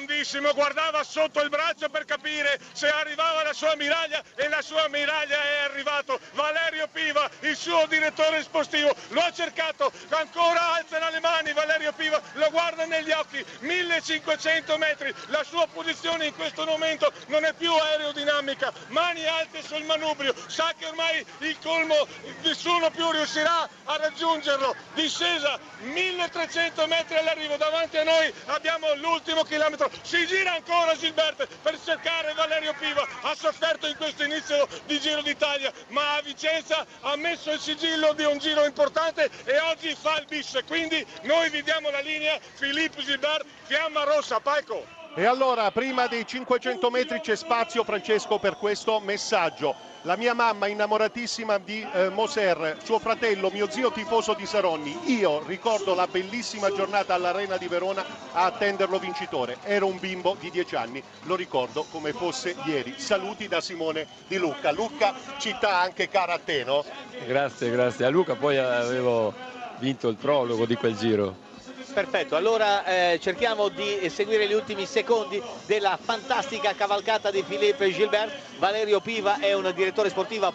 grandissimo, guardava sotto il braccio per capire se arrivava la sua miraglia e la sua miraglia è arrivato. Valerio Piva, il suo direttore sportivo, lo ha cercato, ancora alzano le mani Valerio Piva, lo guarda negli occhi, 1500 metri, la sua posizione in questo momento non è più aerodinamica, mani alte sul manubrio, sa che ormai il colmo nessuno più riuscirà a raggiungerlo. Discesa 1300 metri all'arrivo, davanti a noi abbiamo l'ultimo chilometro, si gira ancora Gilbert per cercare Valerio Piva, ha sofferto in questo inizio di Giro d'Italia, ma a Vicenza ha messo il sigillo di un giro importante e oggi fa il bis, quindi noi vi diamo la linea, Philippe Gilbert, fiamma rossa, Paico. E allora, prima dei 500 metri c'è spazio, Francesco, per questo messaggio. La mia mamma innamoratissima di Moser, suo fratello, mio zio tifoso di Saronni. Io ricordo la bellissima giornata all'Arena di Verona a attenderlo vincitore. Ero un bimbo di 10 anni, lo ricordo come fosse ieri. Saluti da Simone Di Lucca. Lucca, città anche cara a te, no? Grazie, grazie. A Luca poi avevo vinto il prologo di quel giro. Perfetto, allora cerchiamo di seguire gli ultimi secondi della fantastica cavalcata di Philippe Gilbert. Valerio Piva è un direttore sportivo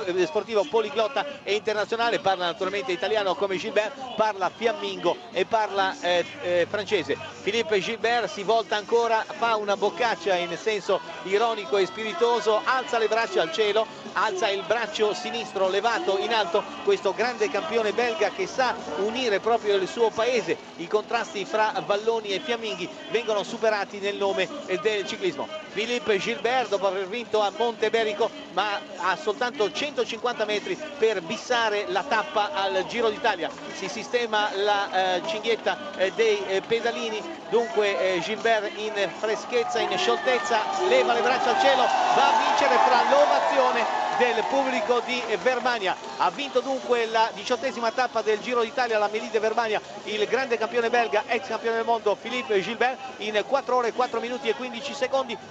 poliglotta e internazionale, parla naturalmente italiano come Gilbert, parla fiammingo e parla francese. Philippe Gilbert si volta ancora, fa una boccaccia in senso ironico e spiritoso, alza le braccia al cielo, alza il braccio sinistro levato in alto, questo grande campione belga che sa unire proprio il suo paese. I contrasti fra valloni e fiamminghi vengono superati nel nome del ciclismo. Philippe Gilbert, dopo aver vinto a Monteberico, ma ha soltanto 150 metri per bissare la tappa al Giro d'Italia. Si sistema la cinghietta dei pedalini, dunque Gilbert in freschezza, in scioltezza, leva le braccia al cielo, va a vincere fra l'ovazione del pubblico di Vermania. Ha vinto dunque la 18ª tappa del Giro d'Italia, la Melide Vermania, il grande campione belga, ex campione del mondo Philippe Gilbert, in 4 ore, 4 minuti e 15 secondi.